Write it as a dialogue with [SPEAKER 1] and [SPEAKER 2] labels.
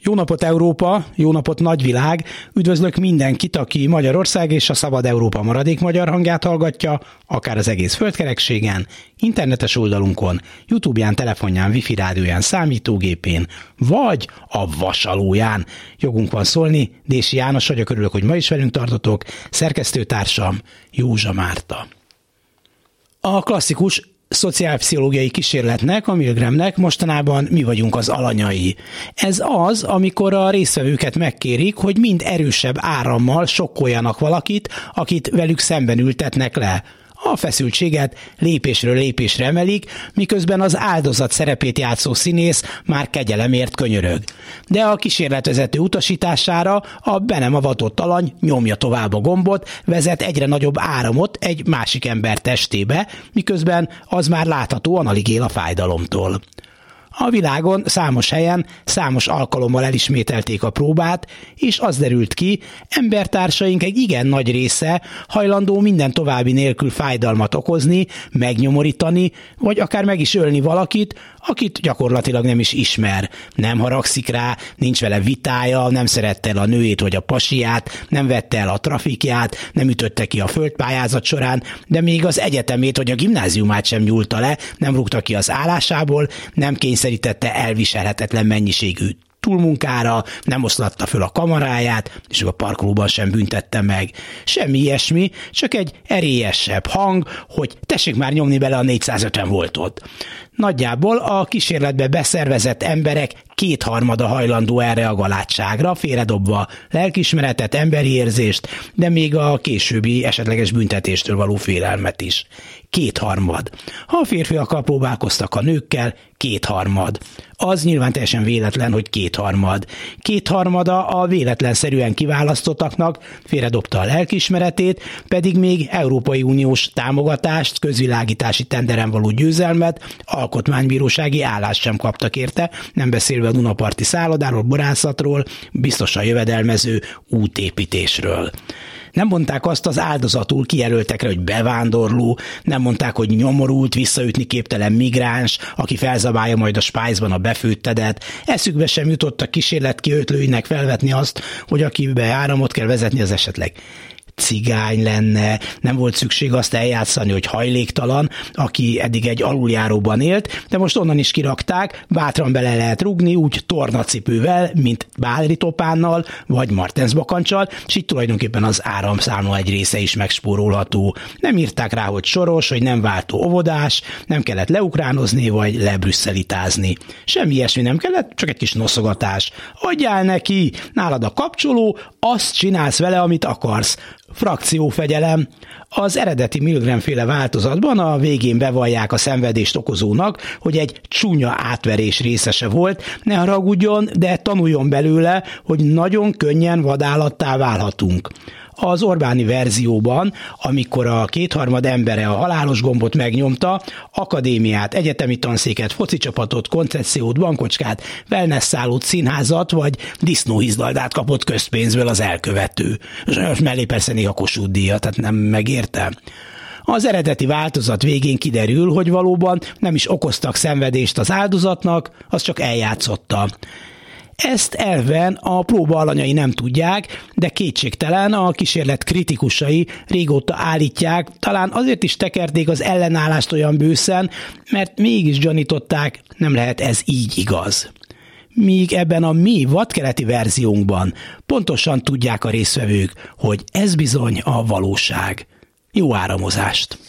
[SPEAKER 1] Jó napot Európa, jó napot nagyvilág, üdvözlök mindenkit, aki Magyarország és a Szabad Európa maradék magyar hangját hallgatja, akár az egész földkerekségen, internetes oldalunkon, YouTube-ján, telefonján, wifi rádióján, számítógépén, vagy a vasalóján. Jogunk van szólni, Dési János vagyok, örülök, hogy ma is velünk tartotok, szerkesztőtársam Józsa Márta. A klasszikus szociálpszichológiai kísérletnek, a Milgramnek mostanában mi vagyunk az alanyai. Ez az, amikor a résztvevőket megkérik, hogy mind erősebb árammal sokkoljanak valakit, akit velük szemben ültetnek le. A feszültséget lépésről lépésre emelik, miközben az áldozat szerepét játszó színész már kegyelemért könyörög. De a kísérletvezető utasítására a be nem avatott alany nyomja tovább a gombot, vezet egyre nagyobb áramot egy másik ember testébe, miközben az már láthatóan alig él a fájdalomtól. A világon számos helyen, számos alkalommal elismételték a próbát, és az derült ki, embertársaink egy igen nagy része hajlandó minden további nélkül fájdalmat okozni, megnyomorítani, vagy akár meg is ölni valakit, akit gyakorlatilag nem is ismer. Nem haragszik rá, nincs vele vitája, nem szerette el a nőjét vagy a pasiát, nem vette el a trafikját, nem ütötte ki a földpályázat során, de még az egyetemét vagy a gimnáziumát sem nyúlta le, nem rúgta ki az állásából, nem kényszerítette elviselhetetlen mennyiségű túlmunkára, nem oszlatta föl a kamaráját, és a parkolóban sem büntette meg. Semmi ilyesmi, csak egy erélyesebb hang, hogy tessék már nyomni bele a 450 voltot. Nagyjából a kísérletbe beszervezett emberek 2/3 hajlandó erre a galátságra, félredobva lelkiismeretet, emberi érzést, de még a későbbi esetleges büntetéstől való félelmet is. 2/3. Ha a férfiakkal próbálkoztak a nőkkel, 2/3. Az nyilván teljesen véletlen, hogy 2/3. 2/3 a véletlenszerűen kiválasztottaknak félredobta a lelkiismeretét, pedig még Európai Uniós támogatást, közvilágítási tenderen való győzelmet, alkotmánybírósági állást sem kaptak érte, nem beszélve a Dunaparti szállodáról, borászatról, biztosan jövedelmező útépítésről. Nem mondták azt az áldozatul kijelöltekre, hogy bevándorló, nem mondták, hogy nyomorult, visszaütni képtelen migráns, aki felzabálja majd a spájzban a befőttedet. Eszükbe sem jutott a kísérlet kiötlőinek felvetni azt, hogy akibe áramot kell vezetni, az esetleg cigány lenne, nem volt szükség azt eljátszani, hogy hajléktalan, aki eddig egy aluljáróban élt, de most onnan is kirakták, bátran bele lehet rugni, úgy tornacipővel, mint Bálri Topánnal, vagy Martens bakancsal, és így tulajdonképpen az áramszámla egy része is megspórolható. Nem írták rá, hogy soros, hogy nem váltó óvodás, nem kellett leukránozni, vagy lebrüsszelitázni. Semmi ilyesmi nem kellett, csak egy kis noszogatás. Adjál neki, nálad a kapcsoló, azt csinálsz vele, amit akarsz. Frakciófegyelem. Az eredeti Milgram-féle változatban a végén bevallják a szenvedést okozónak, hogy egy csúnya átverés részese volt, ne haragudjon, de tanuljon belőle, hogy nagyon könnyen vadállattá válhatunk. Az Orbáni verzióban, amikor a 2/3 embere a halálos gombot megnyomta, akadémiát, egyetemi tanszéket, focicsapatot, koncepciót, bankocskát, wellness-szállót, színházat vagy disznóhízdaldát kapott közpénzből az elkövető. És mellé persze néha Kossuth díjat, tehát nem megérte. Az eredeti változat végén kiderül, hogy valóban nem is okoztak szenvedést az áldozatnak, az csak eljátszotta. Ezt elven a próba alanyai nem tudják, de kétségtelen a kísérlet kritikusai régóta állítják, talán azért is tekerték az ellenállást olyan bőszen, mert mégis gyanították, nem lehet ez így igaz. Míg ebben a mi vadkeleti verziónkban pontosan tudják a résztvevők, hogy ez bizony a valóság. Jó áramozást!